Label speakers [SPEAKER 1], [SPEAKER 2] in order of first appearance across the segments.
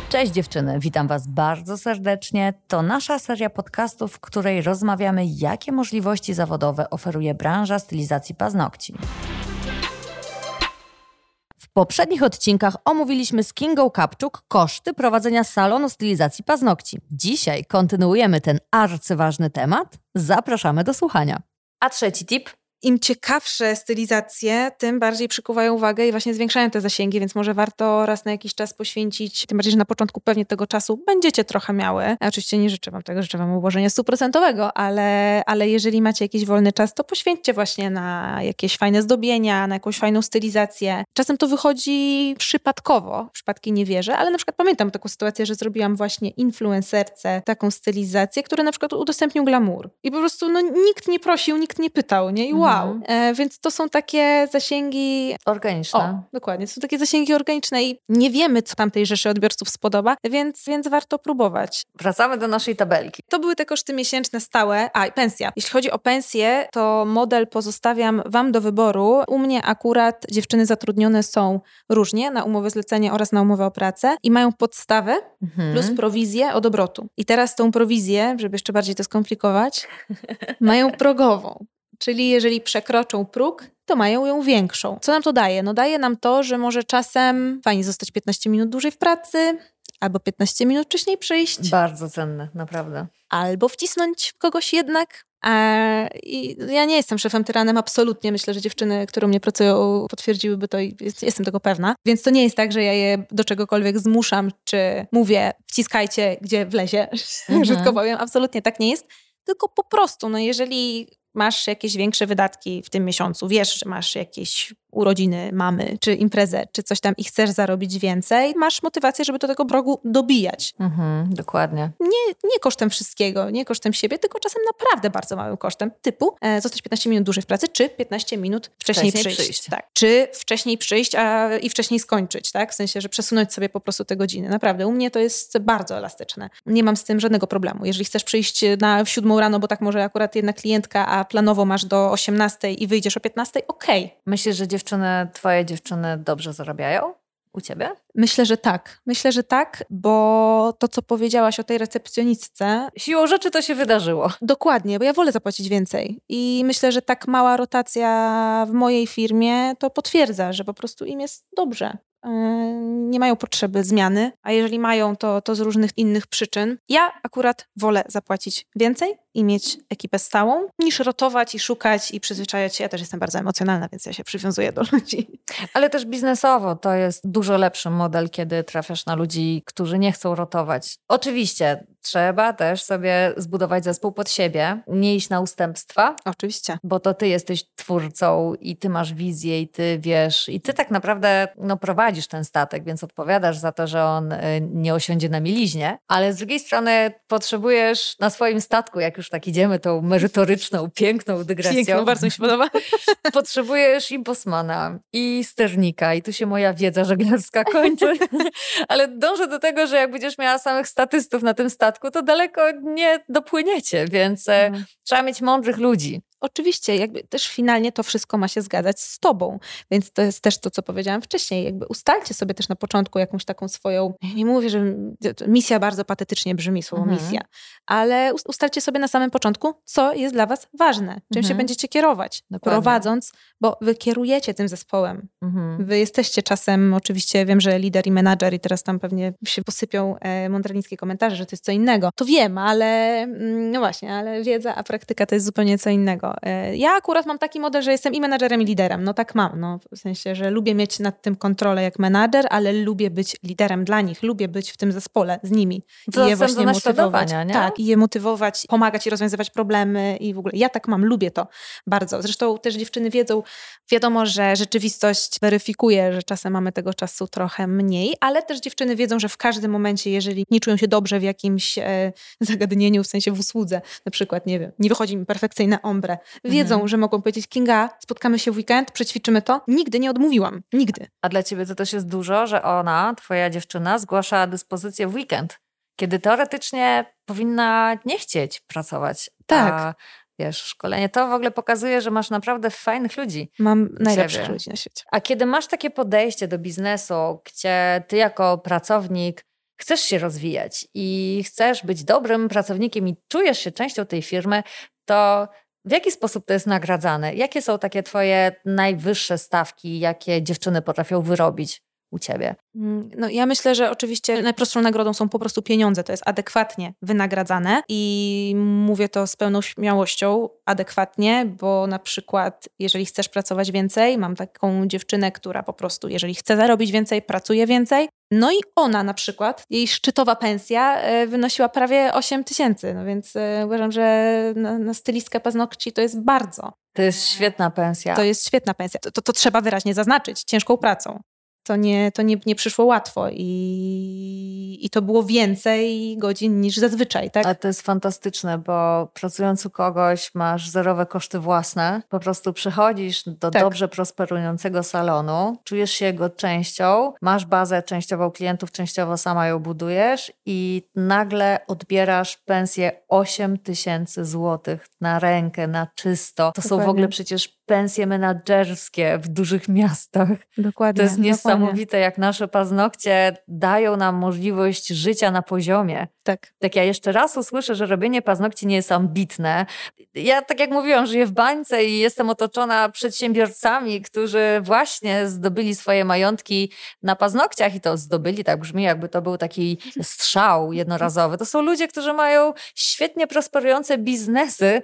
[SPEAKER 1] Cześć dziewczyny, witam Was bardzo serdecznie. To nasza seria podcastów, w której rozmawiamy, jakie możliwości zawodowe oferuje branża stylizacji paznokci. W poprzednich odcinkach omówiliśmy z Kingą Kapczuk koszty prowadzenia salonu stylizacji paznokci. Dzisiaj kontynuujemy ten arcyważny temat. Zapraszamy do słuchania. A trzeci tip?
[SPEAKER 2] Im ciekawsze stylizacje, tym bardziej przykuwają uwagę i właśnie zwiększają te zasięgi, więc może warto raz na jakiś czas poświęcić, tym bardziej, że na początku pewnie tego czasu będziecie trochę miały. Ja oczywiście nie życzę Wam tego, życzę Wam ułożenia 100%, ale jeżeli macie jakiś wolny czas, to poświęćcie właśnie na jakieś fajne zdobienia, na jakąś fajną stylizację. Czasem to wychodzi przypadkowo, w przypadki nie wierzę, ale na przykład pamiętam taką sytuację, że zrobiłam właśnie influencerce taką stylizację, która na przykład udostępnił glamour. I po prostu nikt nie prosił, nikt nie pytał, nie? I wow. Więc to są takie zasięgi
[SPEAKER 1] organiczne.
[SPEAKER 2] O, dokładnie. To są takie zasięgi organiczne i nie wiemy, co tamtej rzeszy odbiorców spodoba, więc warto próbować.
[SPEAKER 1] Wracamy do naszej tabelki.
[SPEAKER 2] To były te koszty miesięczne stałe. I pensja. Jeśli chodzi o pensję, to model pozostawiam Wam do wyboru. U mnie akurat dziewczyny zatrudnione są różnie na umowę zlecenie oraz na umowę o pracę i mają podstawę plus prowizję od obrotu. I teraz tą prowizję, żeby jeszcze bardziej to skomplikować, mają progową. Czyli jeżeli przekroczą próg, to mają ją większą. Co nam to daje? No daje nam to, że może czasem fajnie zostać 15 minut dłużej w pracy, albo 15 minut wcześniej przyjść.
[SPEAKER 1] Bardzo cenne, naprawdę.
[SPEAKER 2] Albo wcisnąć kogoś jednak. I ja nie jestem szefem tyranem, absolutnie. Myślę, że dziewczyny, które u mnie pracują, potwierdziłyby to i jestem tego pewna. Więc to nie jest tak, że ja je do czegokolwiek zmuszam, czy mówię wciskajcie, gdzie wlezie, brzydko powiem. Absolutnie tak nie jest. Tylko po prostu, no jeżeli masz jakieś większe wydatki w tym miesiącu, wiesz, że masz jakieś urodziny mamy, czy imprezę, czy coś tam i chcesz zarobić więcej, masz motywację, żeby do tego progu dobijać.
[SPEAKER 1] Dokładnie.
[SPEAKER 2] Nie kosztem wszystkiego, nie kosztem siebie, tylko czasem naprawdę bardzo małym kosztem, typu zostać 15 minut dłużej w pracy, czy 15 minut wcześniej przyjść. Tak. Czy wcześniej przyjść i wcześniej skończyć, tak? W sensie, że przesunąć sobie po prostu te godziny. Naprawdę, u mnie to jest bardzo elastyczne. Nie mam z tym żadnego problemu. Jeżeli chcesz przyjść w 7 rano, bo tak może akurat jedna klientka, a planowo masz do 18 i wyjdziesz o 15, okej.
[SPEAKER 1] Myślisz, że twoje dziewczyny dobrze zarabiają u ciebie?
[SPEAKER 2] Myślę, że tak, bo to, co powiedziałaś o tej recepcjonistce...
[SPEAKER 1] Siłą rzeczy to się wydarzyło.
[SPEAKER 2] Dokładnie, bo ja wolę zapłacić więcej. I myślę, że tak mała rotacja w mojej firmie to potwierdza, że po prostu im jest dobrze. Nie mają potrzeby zmiany, a jeżeli mają, to z różnych innych przyczyn. Ja akurat wolę zapłacić więcej i mieć ekipę stałą, niż rotować i szukać i przyzwyczajać się. Ja też jestem bardzo emocjonalna, więc ja się przywiązuję do ludzi.
[SPEAKER 1] Ale też biznesowo to jest dużo lepszy model, kiedy trafiasz na ludzi, którzy nie chcą rotować. Oczywiście trzeba też sobie zbudować zespół pod siebie, nie iść na ustępstwa.
[SPEAKER 2] Oczywiście.
[SPEAKER 1] Bo to ty jesteś twórcą i ty masz wizję i ty wiesz, i ty tak naprawdę prowadzisz ten statek, więc odpowiadasz za to, że on nie osiądzie na mieliźnie, ale z drugiej strony potrzebujesz na swoim statku, jak już tak idziemy tą merytoryczną, piękną dygresją.
[SPEAKER 2] Piękną, bardzo mi się podoba.
[SPEAKER 1] Potrzebujesz i bosmana, i sternika, i tu się moja wiedza żeglarska kończy, ale dążę do tego, że jak będziesz miała samych statystów na tym statku, to daleko nie dopłyniecie, więc trzeba mieć mądrych ludzi.
[SPEAKER 2] Oczywiście, jakby też finalnie to wszystko ma się zgadzać z tobą, więc to jest też to, co powiedziałam wcześniej, jakby ustalcie sobie też na początku jakąś taką swoją, nie mówię, że misja bardzo patetycznie brzmi słowo misja, ale ustalcie sobie na samym początku, co jest dla was ważne, czym się będziecie kierować, prowadząc, bo wy kierujecie tym zespołem. Wy jesteście czasem, oczywiście wiem, że lider i menadżer i teraz tam pewnie się posypią mądralińskie komentarze, że to jest co innego. To wiem, ale no właśnie, ale wiedza, a praktyka to jest zupełnie co innego. Ja akurat mam taki model, że jestem i menadżerem, i liderem. No tak mam, no, w sensie, że lubię mieć nad tym kontrolę jak menadżer, ale lubię być liderem dla nich, lubię być w tym zespole z nimi.
[SPEAKER 1] To
[SPEAKER 2] i je właśnie
[SPEAKER 1] motywować. Nie?
[SPEAKER 2] Tak, i je motywować, pomagać i rozwiązywać problemy i w ogóle. Ja tak mam, lubię to bardzo. Zresztą też dziewczyny wiadomo, że rzeczywistość weryfikuje, że czasem mamy tego czasu trochę mniej, ale też dziewczyny wiedzą, że w każdym momencie, jeżeli nie czują się dobrze w jakimś zagadnieniu, w sensie w usłudze, na przykład, nie wiem, nie wychodzi mi perfekcyjne ombre, wiedzą, że mogą powiedzieć: Kinga, spotkamy się w weekend, przećwiczymy to. Nigdy nie odmówiłam. Nigdy.
[SPEAKER 1] A dla ciebie to też jest dużo, że ona, twoja dziewczyna, zgłasza dyspozycję w weekend, kiedy teoretycznie powinna nie chcieć pracować.
[SPEAKER 2] Tak.
[SPEAKER 1] A wiesz, szkolenie to w ogóle pokazuje, że masz naprawdę fajnych ludzi.
[SPEAKER 2] Mam najlepszych ludzi na świecie.
[SPEAKER 1] A kiedy masz takie podejście do biznesu, gdzie ty jako pracownik chcesz się rozwijać i chcesz być dobrym pracownikiem i czujesz się częścią tej firmy, to w jaki sposób to jest nagradzane? Jakie są takie twoje najwyższe stawki, jakie dziewczyny potrafią wyrobić u ciebie?
[SPEAKER 2] No ja myślę, że oczywiście najprostszą nagrodą są po prostu pieniądze. To jest adekwatnie wynagradzane i mówię to z pełną śmiałością, adekwatnie, bo na przykład jeżeli chcesz pracować więcej, mam taką dziewczynę, która po prostu jeżeli chce zarobić więcej, pracuje więcej. No i ona na przykład, jej szczytowa pensja wynosiła prawie 8 000. No więc uważam, że na stylistkę paznokci to jest bardzo.
[SPEAKER 1] To jest świetna pensja.
[SPEAKER 2] To jest świetna pensja. To trzeba wyraźnie zaznaczyć, ciężką pracą. To nie przyszło łatwo i to było więcej godzin niż zazwyczaj, tak?
[SPEAKER 1] Ale to jest fantastyczne, bo pracując u kogoś masz zerowe koszty własne. Po prostu przychodzisz do dobrze prosperującego salonu, czujesz się jego częścią, masz bazę częściową klientów, częściowo sama ją budujesz i nagle odbierasz pensję 8 000 złotych na rękę, na czysto. To
[SPEAKER 2] Dokładnie.
[SPEAKER 1] są w ogóle przecież pensje menadżerskie w dużych miastach.
[SPEAKER 2] Dokładnie.
[SPEAKER 1] To jest niesamowite, jak nasze paznokcie dają nam możliwość życia na poziomie.
[SPEAKER 2] Tak.
[SPEAKER 1] Tak ja jeszcze raz usłyszę, że robienie paznokci nie jest ambitne. Ja, tak jak mówiłam, żyję w bańce i jestem otoczona przedsiębiorcami, którzy właśnie zdobyli swoje majątki na paznokciach i to zdobyli, tak brzmi, jakby to był taki strzał jednorazowy. To są ludzie, którzy mają świetnie prosperujące biznesy,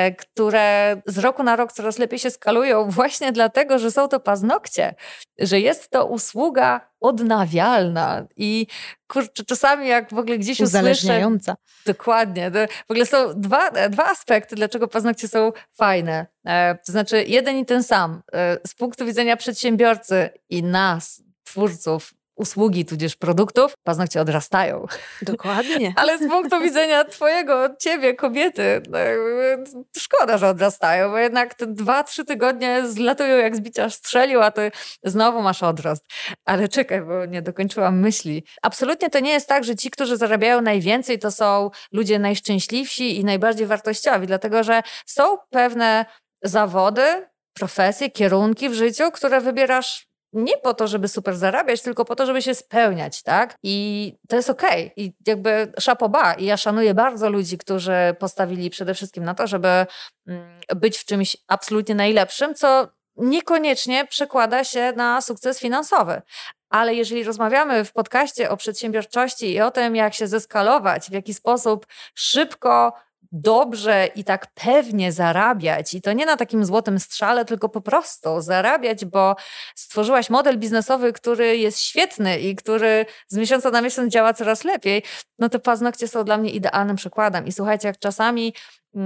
[SPEAKER 1] które z roku na rok coraz lepiej się skalują właśnie dlatego, że są to paznokcie, że jest to usługa odnawialna i kurczę, czasami jak w ogóle gdzieś
[SPEAKER 2] uzależniająca.
[SPEAKER 1] Dokładnie. W ogóle są dwa aspekty, dlaczego paznokcie są fajne. To znaczy jeden i ten sam. Z punktu widzenia przedsiębiorcy i nas, twórców usługi, tudzież produktów, paznokcie odrastają.
[SPEAKER 2] Dokładnie.
[SPEAKER 1] Ale z punktu widzenia ciebie, kobiety, szkoda, że odrastają, bo jednak te 2-3 tygodnie zlatują jak z bicia strzelił, a ty znowu masz odrost. Ale czekaj, bo nie dokończyłam myśli. Absolutnie to nie jest tak, że ci, którzy zarabiają najwięcej, to są ludzie najszczęśliwsi i najbardziej wartościowi, dlatego że są pewne zawody, profesje, kierunki w życiu, które wybierasz nie po to, żeby super zarabiać, tylko po to, żeby się spełniać, tak? I to jest okej. I jakby chapeau bas. I ja szanuję bardzo ludzi, którzy postawili przede wszystkim na to, żeby być w czymś absolutnie najlepszym, co niekoniecznie przekłada się na sukces finansowy. Ale jeżeli rozmawiamy w podcaście o przedsiębiorczości i o tym, jak się zeskalować, w jaki sposób szybko, dobrze i tak pewnie zarabiać i to nie na takim złotym strzale, tylko po prostu zarabiać, bo stworzyłaś model biznesowy, który jest świetny i który z miesiąca na miesiąc działa coraz lepiej, no to paznokcie są dla mnie idealnym przykładem. I słuchajcie, jak czasami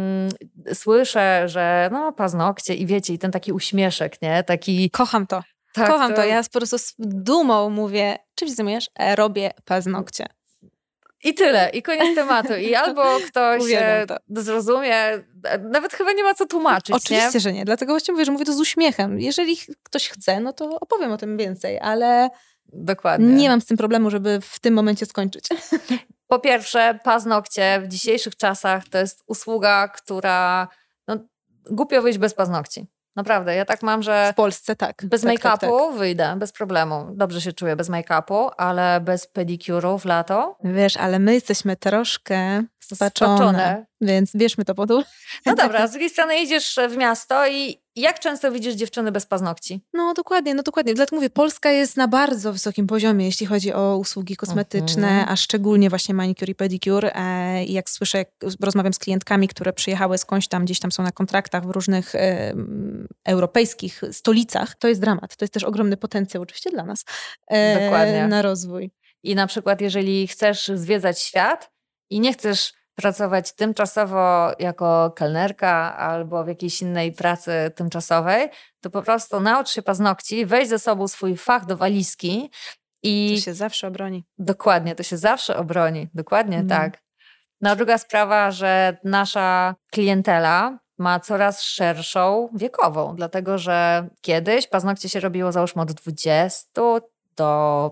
[SPEAKER 1] słyszę, że no paznokcie i wiecie, i ten taki uśmieszek, nie? Taki...
[SPEAKER 2] Kocham to.
[SPEAKER 1] Tak,
[SPEAKER 2] kocham to. Ja po prostu z dumą mówię, czym się zajmujesz? Robię paznokcie.
[SPEAKER 1] I tyle, i koniec tematu. I albo ktoś zrozumie, nawet chyba nie ma co tłumaczyć.
[SPEAKER 2] Oczywiście,
[SPEAKER 1] nie?
[SPEAKER 2] Że nie. Dlatego właśnie mówię, że mówię to z uśmiechem. Jeżeli ktoś chce, no to opowiem o tym więcej, ale
[SPEAKER 1] dokładnie.
[SPEAKER 2] Nie mam z tym problemu, żeby w tym momencie skończyć.
[SPEAKER 1] Po pierwsze, paznokcie w dzisiejszych czasach to jest usługa, która głupio wyjść bez paznokci. Naprawdę, ja tak mam, że
[SPEAKER 2] w Polsce tak.
[SPEAKER 1] Bez make-upu wyjdę, bez problemu. Dobrze się czuję bez make-upu, ale bez pedikuru w lato.
[SPEAKER 2] Wiesz, ale my jesteśmy troszkę spaczone. Więc bierzmy to pod uwagę.
[SPEAKER 1] No dobra, z drugiej strony idziesz w miasto i jak często widzisz dziewczyny bez paznokci?
[SPEAKER 2] No dokładnie. Dlatego mówię, Polska jest na bardzo wysokim poziomie, jeśli chodzi o usługi kosmetyczne, a szczególnie właśnie manicure i pedicure. I jak słyszę, jak rozmawiam z klientkami, które przyjechały skądś tam, gdzieś tam są na kontraktach w różnych europejskich stolicach, to jest dramat. To jest też ogromny potencjał oczywiście dla nas na rozwój.
[SPEAKER 1] I na przykład, jeżeli chcesz zwiedzać świat i nie chcesz pracować tymczasowo jako kelnerka albo w jakiejś innej pracy tymczasowej, to po prostu naucz się paznokci, weź ze sobą swój fach do walizki i...
[SPEAKER 2] To się zawsze obroni.
[SPEAKER 1] Dokładnie, to się zawsze obroni. Dokładnie tak. No a druga sprawa, że nasza klientela ma coraz szerszą wiekową, dlatego że kiedyś paznokcie się robiło załóżmy od 20 do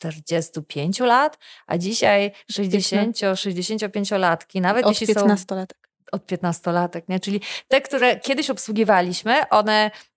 [SPEAKER 1] 45 lat, a dzisiaj 60-65-latki, nawet
[SPEAKER 2] od
[SPEAKER 1] jeśli
[SPEAKER 2] 15-latek.
[SPEAKER 1] Od 15-latek, nie? Czyli te, które kiedyś obsługiwaliśmy, one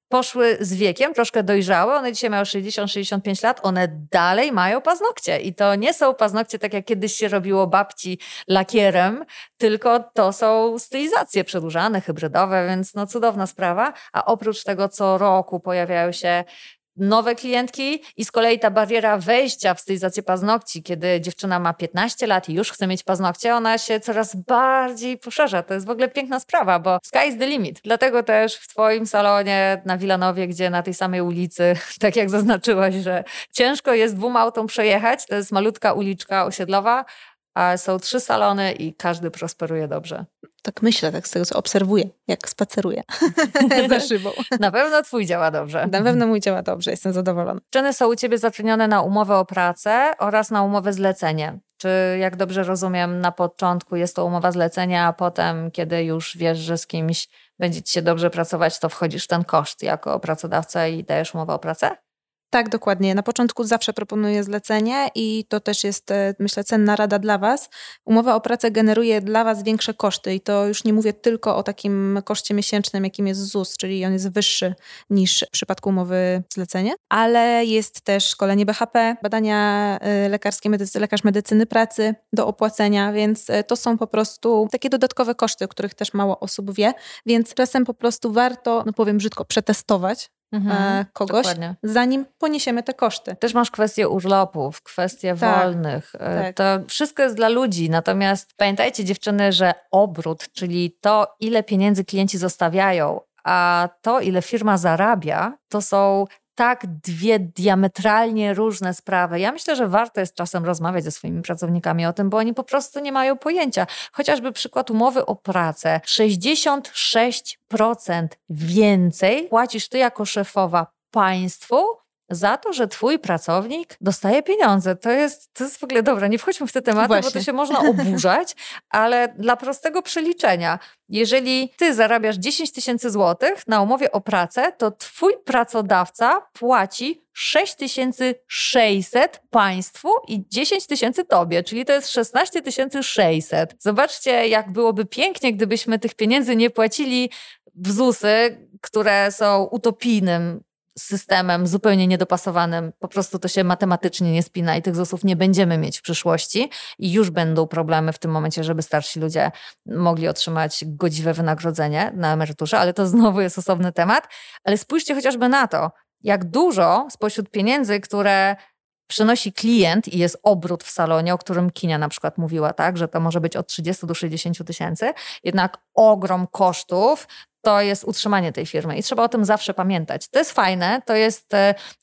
[SPEAKER 1] poszły z wiekiem, troszkę dojrzałe, one dzisiaj mają 60-65 lat, one dalej mają paznokcie i to nie są paznokcie tak jak kiedyś się robiło babci lakierem, tylko to są stylizacje przedłużane, hybrydowe, więc no cudowna sprawa, a oprócz tego co roku pojawiają się nowe klientki i z kolei ta bariera wejścia w stylizację paznokci, kiedy dziewczyna ma 15 lat i już chce mieć paznokcie, ona się coraz bardziej poszerza. To jest w ogóle piękna sprawa, bo sky is the limit. Dlatego też w twoim salonie na Wilanowie, gdzie na tej samej ulicy, tak jak zaznaczyłaś, że ciężko jest 2 autom przejechać, to jest malutka uliczka osiedlowa, a są 3 salony i każdy prosperuje dobrze.
[SPEAKER 2] Tak myślę, tak z tego co obserwuję, jak spaceruję za szybą.
[SPEAKER 1] Na pewno twój działa dobrze.
[SPEAKER 2] Na pewno mój działa dobrze, jestem zadowolona.
[SPEAKER 1] Dziewczyny są u ciebie zatrudnione na umowę o pracę oraz na umowę zlecenie. Czy jak dobrze rozumiem, na początku jest to umowa zlecenia, a potem, kiedy już wiesz, że z kimś będzie ci się dobrze pracować, to wchodzisz w ten koszt jako pracodawca i dajesz umowę o pracę?
[SPEAKER 2] Tak, dokładnie. Na początku zawsze proponuję zlecenie i to też jest, myślę, cenna rada dla Was. Umowa o pracę generuje dla Was większe koszty i to już nie mówię tylko o takim koszcie miesięcznym, jakim jest ZUS, czyli on jest wyższy niż w przypadku umowy zlecenie, ale jest też szkolenie BHP, badania lekarskie, lekarz medycyny pracy do opłacenia, więc to są po prostu takie dodatkowe koszty, o których też mało osób wie, więc czasem po prostu warto, no powiem brzydko, przetestować kogoś,
[SPEAKER 1] dokładnie.
[SPEAKER 2] zanim poniesiemy te koszty.
[SPEAKER 1] Też masz kwestię urlopów, kwestie wolnych.
[SPEAKER 2] Tak.
[SPEAKER 1] To wszystko jest dla ludzi. Natomiast pamiętajcie dziewczyny, że obrót, czyli to ile pieniędzy klienci zostawiają, a to ile firma zarabia, to są tak 2 diametralnie różne sprawy. Ja myślę, że warto jest czasem rozmawiać ze swoimi pracownikami o tym, bo oni po prostu nie mają pojęcia. Chociażby przykład umowy o pracę. 66% więcej płacisz ty jako szefowa państwu za to, że twój pracownik dostaje pieniądze. To jest w ogóle dobra, nie wchodźmy w te tematy,
[SPEAKER 2] Właśnie.
[SPEAKER 1] bo to się można oburzać, ale dla prostego przeliczenia, jeżeli ty zarabiasz 10 000 złotych na umowie o pracę, to twój pracodawca płaci 6600 państwu i 10 000 tobie, czyli to jest 16 600. Zobaczcie, jak byłoby pięknie, gdybyśmy tych pieniędzy nie płacili w ZUS-y, które są utopijnym systemem zupełnie niedopasowanym, po prostu to się matematycznie nie spina i tych ZUS-ów nie będziemy mieć w przyszłości i już będą problemy w tym momencie, żeby starsi ludzie mogli otrzymać godziwe wynagrodzenie na emeryturze, ale to znowu jest osobny temat. Ale spójrzcie chociażby na to, jak dużo spośród pieniędzy, które przynosi klient i jest obrót w salonie, o którym Kinia na przykład mówiła, tak, że to może być od 30 do 60 tysięcy, jednak ogrom kosztów to jest utrzymanie tej firmy i trzeba o tym zawsze pamiętać. To jest fajne, to jest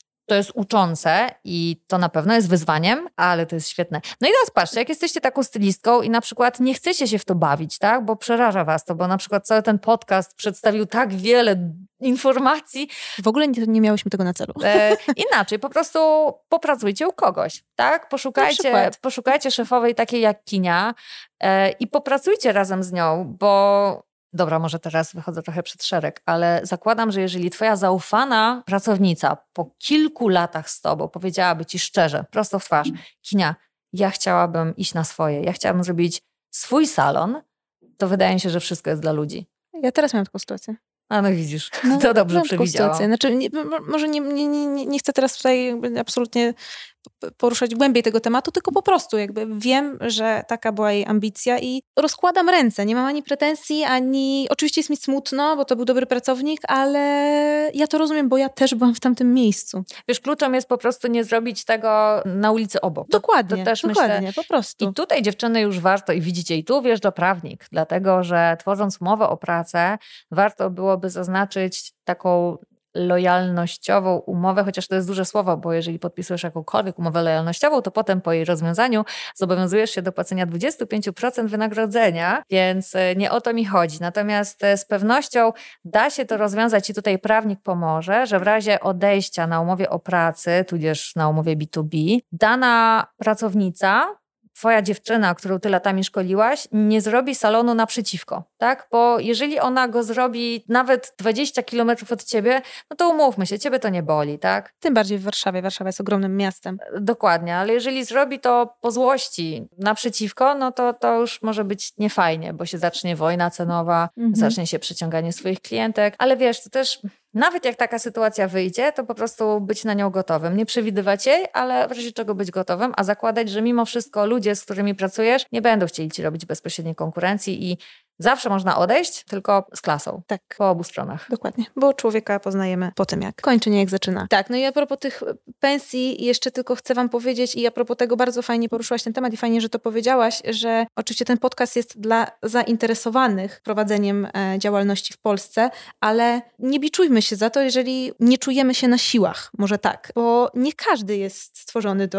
[SPEAKER 1] uczące i to na pewno jest wyzwaniem, ale to jest świetne. No i teraz patrzcie, jak jesteście taką stylistką i na przykład nie chcecie się w to bawić, tak, bo przeraża was to, bo na przykład cały ten podcast przedstawił tak wiele informacji.
[SPEAKER 2] W ogóle nie miałyśmy tego na celu.
[SPEAKER 1] Inaczej, po prostu popracujcie u kogoś, tak? Poszukajcie szefowej takiej jak Kinia i popracujcie razem z nią, bo dobra, może teraz wychodzę trochę przed szereg, ale zakładam, że jeżeli twoja zaufana pracownica po kilku latach z tobą powiedziałaby ci szczerze, prosto w twarz, Kinia, ja chciałabym iść na swoje, ja chciałabym zrobić swój salon, to wydaje mi się, że wszystko jest dla ludzi.
[SPEAKER 2] Ja teraz miałam taką sytuację.
[SPEAKER 1] A no widzisz, to dobrze przewidziałam.
[SPEAKER 2] Znaczy, może nie chcę teraz tutaj absolutnie poruszać głębiej tego tematu, tylko po prostu jakby wiem, że taka była jej ambicja i rozkładam ręce. Nie mam ani pretensji, ani... Oczywiście jest mi smutno, bo to był dobry pracownik, ale ja to rozumiem, bo ja też byłam w tamtym miejscu.
[SPEAKER 1] Wiesz, kluczem jest po prostu nie zrobić tego na ulicy obok.
[SPEAKER 2] Dokładnie,
[SPEAKER 1] to też
[SPEAKER 2] dokładnie,
[SPEAKER 1] myślę.
[SPEAKER 2] Po prostu.
[SPEAKER 1] I tutaj dziewczyny już warto, i widzicie, i tu wjeżdża prawnik, dlatego że tworząc umowę o pracę, warto byłoby zaznaczyć taką lojalnościową umowę, chociaż to jest duże słowo, bo jeżeli podpisujesz jakąkolwiek umowę lojalnościową, to potem po jej rozwiązaniu zobowiązujesz się do płacenia 25% wynagrodzenia, więc nie o to mi chodzi. Natomiast z pewnością da się to rozwiązać i tutaj prawnik pomoże, że w razie odejścia na umowie o pracy, tudzież na umowie B2B, dana pracownica, twoja dziewczyna, którą ty latami szkoliłaś, nie zrobi salonu naprzeciwko, tak? Bo jeżeli ona go zrobi nawet 20 kilometrów od ciebie, no to umówmy się, ciebie to nie boli, tak?
[SPEAKER 2] Tym bardziej w Warszawie. Warszawa jest ogromnym miastem.
[SPEAKER 1] Dokładnie, ale jeżeli zrobi to po złości naprzeciwko, no to już może być niefajnie, bo się zacznie wojna cenowa, zacznie się przyciąganie swoich klientek, ale wiesz, to też nawet jak taka sytuacja wyjdzie, to po prostu być na nią gotowym. Nie przewidywać jej, ale w razie czego być gotowym, a zakładać, że mimo wszystko ludzie, z którymi pracujesz, nie będą chcieli ci robić bezpośredniej konkurencji i zawsze można odejść, tylko z klasą.
[SPEAKER 2] Tak.
[SPEAKER 1] Po obu stronach.
[SPEAKER 2] Dokładnie, bo człowieka poznajemy po tym, jak kończy, nie jak zaczyna. Tak, no i a propos tych pensji, jeszcze tylko chcę wam powiedzieć i a propos tego bardzo fajnie poruszyłaś ten temat i fajnie, że to powiedziałaś, że oczywiście ten podcast jest dla zainteresowanych prowadzeniem działalności w Polsce, ale nie biczujmy się za to, jeżeli nie czujemy się na siłach, może tak, bo nie każdy jest stworzony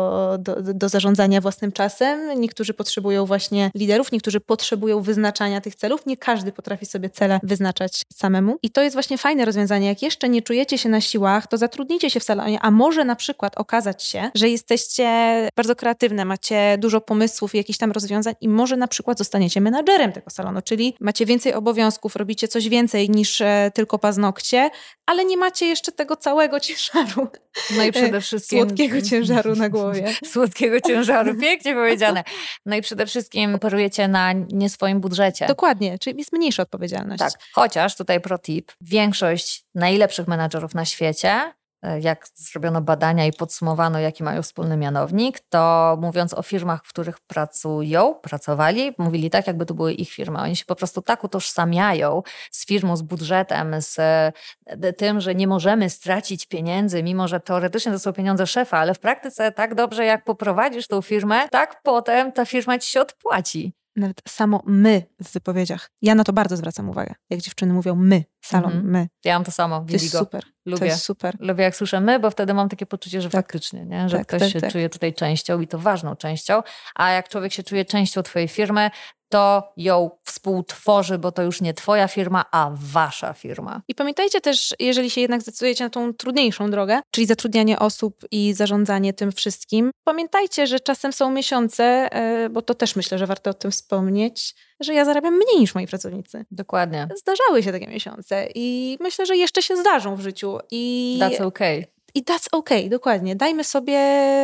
[SPEAKER 2] do zarządzania własnym czasem. Niektórzy potrzebują właśnie liderów, niektórzy potrzebują wyznaczania tych celów. Nie każdy potrafi sobie cele wyznaczać samemu. I to jest właśnie fajne rozwiązanie. Jak jeszcze nie czujecie się na siłach, to zatrudnijcie się w salonie, a może na przykład okazać się, że jesteście bardzo kreatywne, macie dużo pomysłów i jakichś tam rozwiązań i może na przykład zostaniecie menadżerem tego salonu, czyli macie więcej obowiązków, robicie coś więcej niż tylko paznokcie, ale nie macie jeszcze tego całego ciężaru.
[SPEAKER 1] No i przede wszystkim...
[SPEAKER 2] Słodkiego ciężaru na głowie.
[SPEAKER 1] Słodkiego ciężaru, pięknie powiedziane. No i przede wszystkim operujecie na nie swoim budżecie.
[SPEAKER 2] Dokładnie, czyli jest mniejsza odpowiedzialność.
[SPEAKER 1] Tak, chociaż tutaj pro tip, większość najlepszych menadżerów na świecie, jak zrobiono badania i podsumowano, jaki mają wspólny mianownik, to mówiąc o firmach, w których pracowali, mówili tak, jakby to były ich firmy. Oni się po prostu tak utożsamiają z firmą, z budżetem, z tym, że nie możemy stracić pieniędzy, mimo że teoretycznie to są pieniądze szefa, ale w praktyce tak dobrze, jak poprowadzisz tą firmę, tak potem ta firma ci się odpłaci.
[SPEAKER 2] Nawet samo my w wypowiedziach. Ja na to bardzo zwracam uwagę. Jak dziewczyny mówią my, salon, my.
[SPEAKER 1] Ja mam to samo,
[SPEAKER 2] to jest super.
[SPEAKER 1] Lubię.
[SPEAKER 2] To jest super.
[SPEAKER 1] Lubię jak słyszę my, bo wtedy mam takie poczucie, że
[SPEAKER 2] tak.
[SPEAKER 1] faktycznie, nie? Że ktoś się czuje tutaj częścią i to ważną częścią, a jak człowiek się czuje częścią twojej firmy, to ją współtworzy, bo to już nie twoja firma, a wasza firma.
[SPEAKER 2] I pamiętajcie też, jeżeli się jednak zdecydujecie na tą trudniejszą drogę, czyli zatrudnianie osób i zarządzanie tym wszystkim, pamiętajcie, że czasem są miesiące, bo to też myślę, że warto o tym wspomnieć, że ja zarabiam mniej niż moi pracownicy.
[SPEAKER 1] Dokładnie.
[SPEAKER 2] Zdarzały się takie miesiące i myślę, że jeszcze się zdarzą w życiu.
[SPEAKER 1] That's okay.
[SPEAKER 2] I that's okay, dokładnie. Dajmy sobie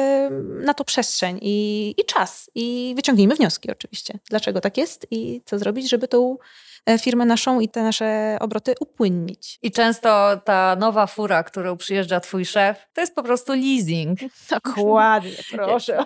[SPEAKER 2] na to przestrzeń i czas. I wyciągnijmy wnioski oczywiście. Dlaczego tak jest i co zrobić, żeby tą firmę naszą i te nasze obroty upłynnić.
[SPEAKER 1] I często ta nowa fura, którą przyjeżdża twój szef, to jest po prostu leasing.
[SPEAKER 2] Dokładnie, proszę.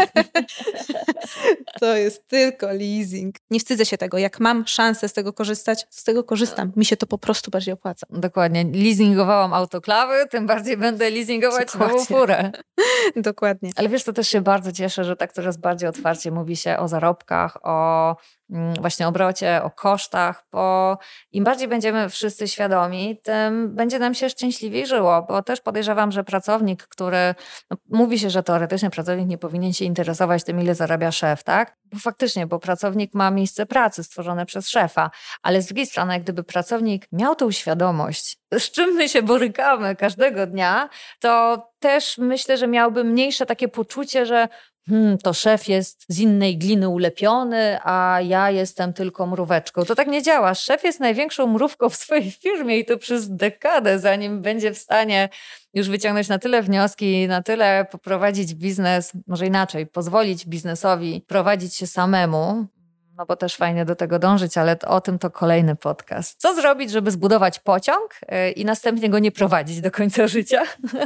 [SPEAKER 2] To jest tylko leasing. Nie wstydzę się tego. Jak mam szansę z tego korzystać, z tego korzystam. Mi się to po prostu bardziej opłaca.
[SPEAKER 1] Dokładnie. Leasingowałam autoklawy, tym bardziej będę leasingować nową furę.
[SPEAKER 2] Dokładnie.
[SPEAKER 1] Ale wiesz, to też się bardzo cieszę, że tak coraz bardziej otwarcie mówi się o zarobkach, o właśnie obrocie, o kosztach, bo im bardziej będziemy wszyscy świadomi, tym będzie nam się szczęśliwiej żyło, bo też podejrzewam, że pracownik, który, mówi się, że teoretycznie pracownik nie powinien się interesować tym, ile zarabia szef, tak? Bo faktycznie, bo pracownik ma miejsce pracy stworzone przez szefa, ale z drugiej strony, jak gdyby pracownik miał tą świadomość, z czym my się borykamy każdego dnia, to też myślę, że miałby mniejsze takie poczucie, że to szef jest z innej gliny ulepiony, a ja jestem tylko mróweczką. To tak nie działa. Szef jest największą mrówką w swojej firmie i to przez dekadę, zanim będzie w stanie już wyciągnąć na tyle wnioski, na tyle poprowadzić biznes, może inaczej, pozwolić biznesowi prowadzić się samemu, no bo też fajnie do tego dążyć, ale o tym to kolejny podcast. Co zrobić, żeby zbudować pociąg i następnie go nie prowadzić do końca życia?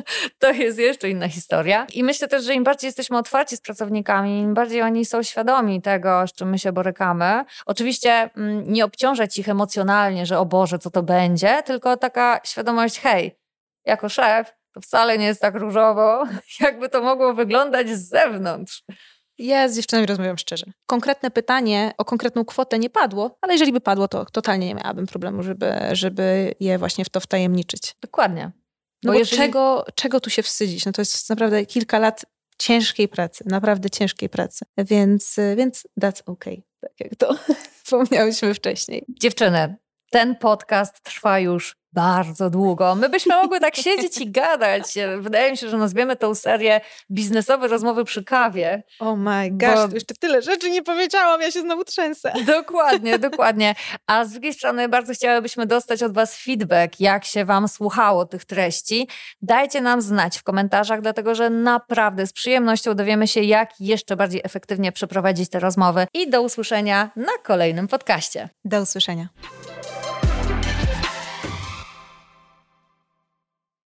[SPEAKER 1] To jest jeszcze inna historia. I myślę też, że im bardziej jesteśmy otwarci z pracownikami, im bardziej oni są świadomi tego, z czym my się borykamy. Oczywiście nie obciążać ich emocjonalnie, że o Boże, co to będzie, tylko taka świadomość, hej, jako szef to wcale nie jest tak różowo, jakby to mogło wyglądać z zewnątrz.
[SPEAKER 2] Ja z dziewczynami rozmawiam szczerze. Konkretne pytanie o konkretną kwotę nie padło, ale jeżeli by padło, to totalnie nie miałabym problemu, żeby je właśnie w to wtajemniczyć.
[SPEAKER 1] Dokładnie.
[SPEAKER 2] No bo czego tu się wstydzić? No to jest naprawdę kilka lat ciężkiej pracy, naprawdę ciężkiej pracy. Więc that's okay, tak jak to wspomniałyśmy wcześniej.
[SPEAKER 1] Dziewczyny, ten podcast trwa już bardzo długo. My byśmy mogły tak siedzieć i gadać. Wydaje mi się, że nazwiemy tą serię Biznesowe rozmowy przy kawie.
[SPEAKER 2] Oh my gosh, jeszcze tyle rzeczy nie powiedziałam, ja się znowu trzęsę.
[SPEAKER 1] Dokładnie. A z drugiej strony bardzo chciałybyśmy dostać od was feedback, jak się wam słuchało tych treści. Dajcie nam znać w komentarzach, dlatego że naprawdę z przyjemnością dowiemy się, jak jeszcze bardziej efektywnie przeprowadzić te rozmowy. I do usłyszenia na kolejnym podcaście.
[SPEAKER 2] Do usłyszenia.